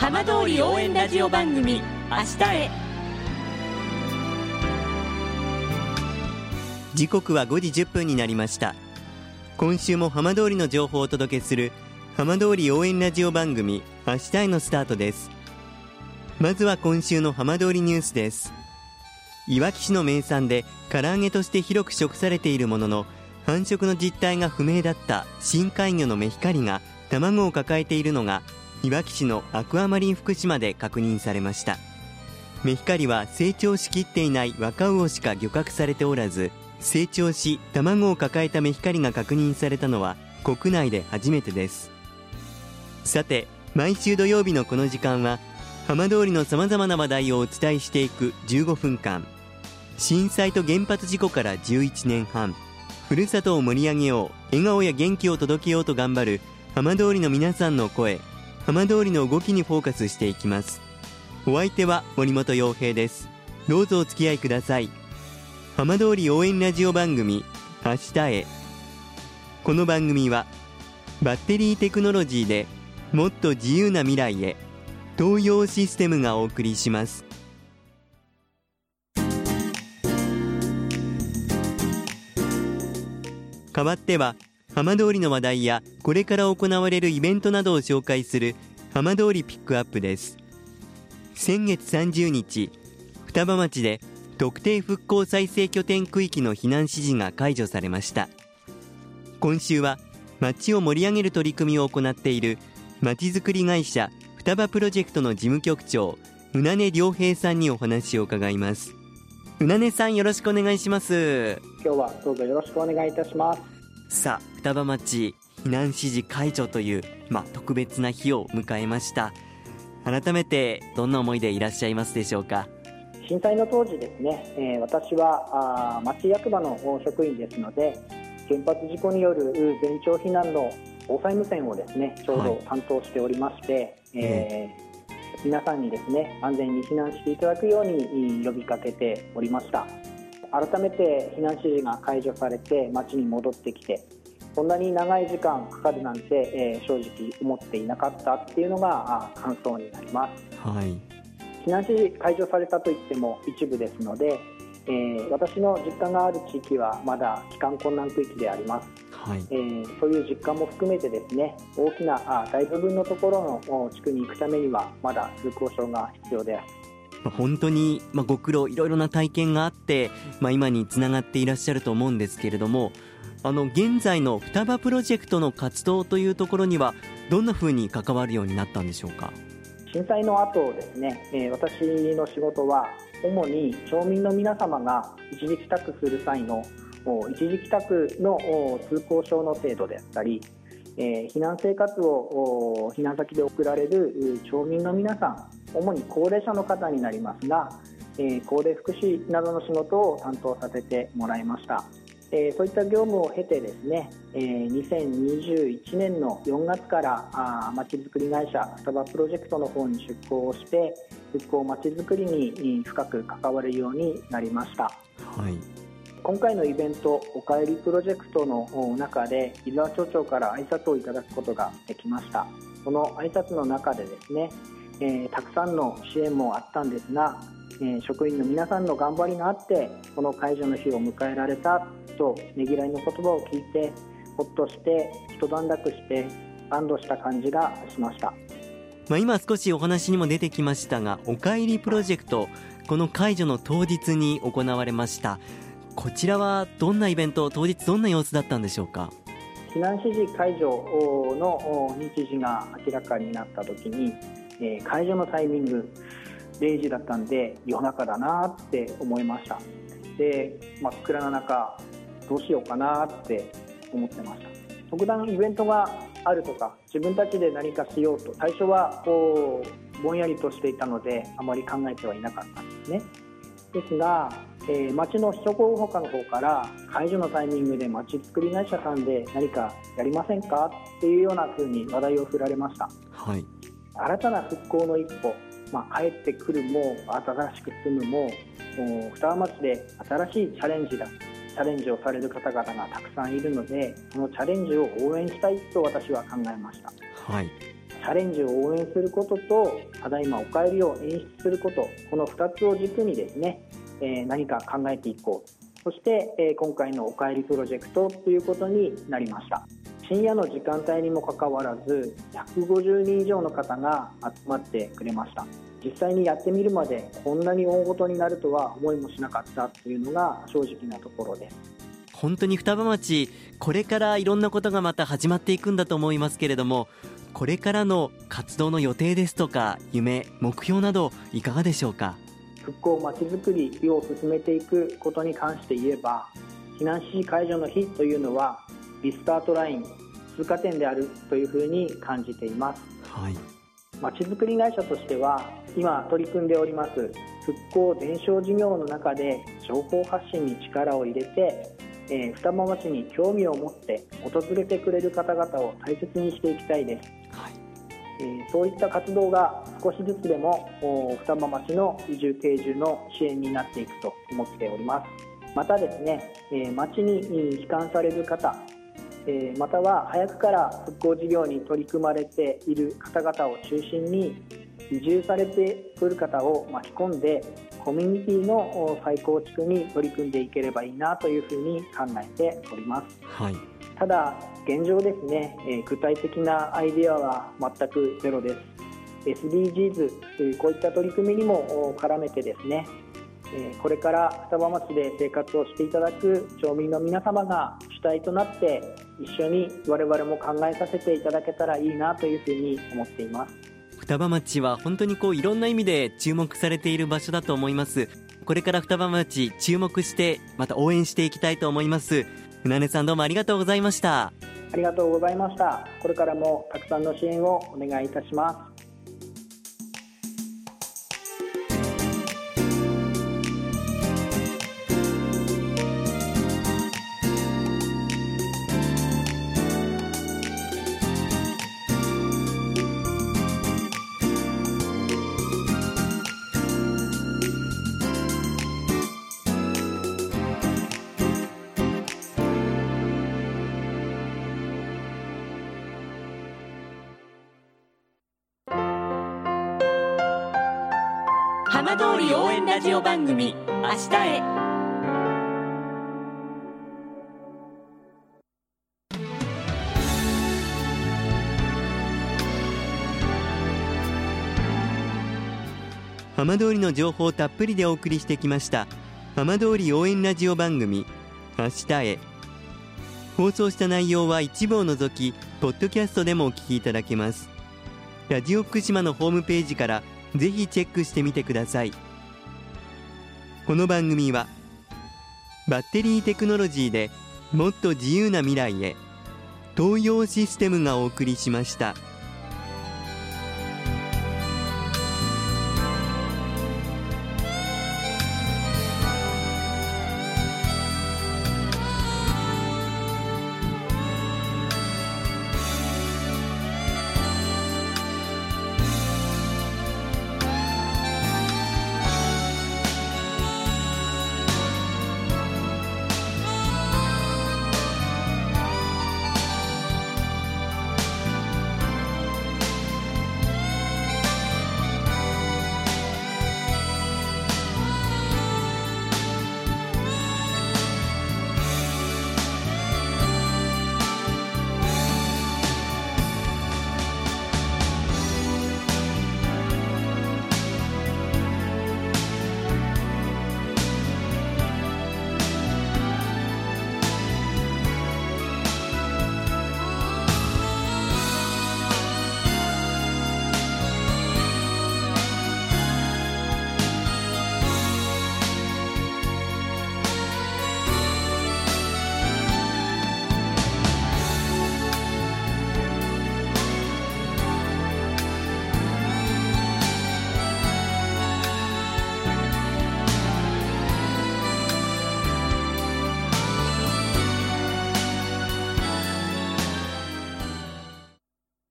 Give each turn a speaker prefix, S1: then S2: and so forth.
S1: 浜通り応援ラジオ番組明日へ。
S2: 時刻は5時10分になりました。今週も浜通りの情報をお届けする浜通り応援ラジオ番組明日へのスタートです。まずは今週の浜通りニュースです。いわき市の名産で唐揚げとして広く食されているものの、繁殖の実態が不明だった深海魚のメヒカリが卵を抱えているのがいわき市のアクアマリン福島で確認されました。メヒカリは成長しきっていない若魚しか漁獲されておらず、成長し卵を抱えたメヒカリが確認されたのは国内で初めてです。さて、毎週土曜日のこの時間は浜通りのさまざまな話題をお伝えしていく15分間。震災と原発事故から11年半、ふるさとを盛り上げよう、笑顔や元気を届けようと頑張る浜通りの皆さんの声、浜通りの動きにフォーカスしていきます。お相手は森本洋平です。どうぞお付き合いください。浜通り応援ラジオ番組明日へ。この番組はバッテリーテクノロジーでもっと自由な未来へ、東洋システムがお送りします。代わっては浜通りの話題やこれから行われるイベントなどを紹介する浜通りピックアップです。先月30日、双葉町で特定復興再生拠点区域の避難指示が解除されました。今週は町を盛り上げる取り組みを行っているまちづくり会社双葉プロジェクトの事務局長宇名根良平さんにお話を伺います。宇名根さん、よろしくお願いします。
S3: 今日はどうぞよろしくお願いいたします。
S2: さあ、双葉町避難指示解除という、特別な日を迎えました。改めてどんな思いでいらっしゃいますでしょうか。
S3: 震災の当時ですね、私は町役場の職員ですので、原発事故による全町避難の防災無線をですねちょうど担当しておりまして、皆さんにですね安全に避難していただくように呼びかけておりました。改めて避難指示が解除されて町に戻ってきて、こんなに長い時間かかるなんて、正直思っていなかったっていうのが感想になります。避難指示解除されたといっても一部ですので、私の実家がある地域はまだ帰還困難区域であります。そういう実感も含めてですね、大きな大部分のところの地区に行くためにはまだ通行証が必要です。
S2: 本当に、ご苦労いろいろな体験があって、今につながっていらっしゃると思うんですけれども、現在の双葉プロジェクトの活動というところにはどんなふうに関わるようになったんでしょうか。
S3: 震災の後ですね、私の仕事は主に町民の皆様が一時帰宅する際の一時帰宅の通行証の制度であったり、避難生活を避難先で送られる町民の皆さん、主に高齢者の方になりますが、高齢福祉などの仕事を担当させてもらいました。そういった業務を経てですね、2021年の4月からまちづくり会社双葉プロジェクトの方に出向をして、復興まちづくりに深く関わるようになりました。今回のイベントおかえりプロジェクトの中で伊沢町長から挨拶をいただくことができました。その挨拶の中でですね、たくさんの支援もあったんですが、職員の皆さんの頑張りがあってこの解除の日を迎えられたとねぎらいの言葉を聞いて、ほっとして一段落して安堵した感じがしました。
S2: 今少しお話にも出てきましたが、おかえりプロジェクト、この解除の当日に行われました。こちらはどんなイベント、当日どんな様子だったんでしょうか。
S3: 避難指示解除の日時が明らかになった時に、解除のタイミング0時だったんで夜中だなって思いました。で、真っ暗な中どうしようかなって思ってました。特段イベントがあるとか自分たちで何かしようと最初はぼんやりとしていたのであまり考えてはいなかったんですね。ですが、町の市長候補課の方から解除のタイミングで町づくり会社さんで何かやりませんかっていうような風に話題を振られました。新たな復興の一歩、帰ってくるも新しく住むも双葉町で新しいチャレンジをされる方々がたくさんいるので、そのチャレンジを応援したいと私は考えました。チャャレンジを応援することと、ただいまおかえりを演出すること、この2つを軸にですね、何か考えていこう。そして、今回のおかえりプロジェクトということになりました。深夜の時間帯にもかかわらず、150人以上の方が集まってくれました。実際にやってみるまでこんなに大ごとになるとは思いもしなかったというのが正直なところです。
S2: 本当に双葉町、これからいろんなことがまた始まっていくんだと思いますけれども、これからの活動の予定ですとか夢、目標などいかがでしょうか。
S3: 復興まちづくりを進めていくことに関して言えば、避難指示解除の日というのはリスタートライン、通過点であるというふうに感じています。
S2: はい、
S3: まちづくり会社としては今取り組んでおります復興伝承事業の中で情報発信に力を入れて、双葉町に興味を持って訪れてくれる方々を大切にしていきたいです。
S2: はい、
S3: そういった活動が少しずつでも双葉町の移住定住の支援になっていくと思っております。またですね、町に帰還される方、または早くから復興事業に取り組まれている方々を中心に移住されてくる方を巻き込んでコミュニティの再構築に取り組んでいければいいなというふうに考えております。
S2: はい、
S3: ただ現状ですね、具体的なアイデアは全くゼロです。 SDGs こういった取り組みにも絡めてですね、これから双葉町で生活をしていただく町民の皆様が主体となって一緒に我々も考えさせていただけたらいいなというふうに思っています。
S2: 双葉町は本当にいろんな意味で注目されている場所だと思います。これから双葉町注目してまた応援していきたいと思います。船根さん、どうもありがとうございました。
S3: ありがとうございました。これからもたくさんの支援をお願いいたします。
S1: 浜通り応援ラジオ番組明日へ。
S2: 浜通りの情報をたっぷりでお送りしてきました浜通り応援ラジオ番組明日へ。放送した内容は一部を除きポッドキャストでもお聞きいただけます。ラジオ福島のホームページからぜひチェックしてみてください。この番組はバッテリーテクノロジーでもっと自由な未来へ、東洋システムがお送りしました。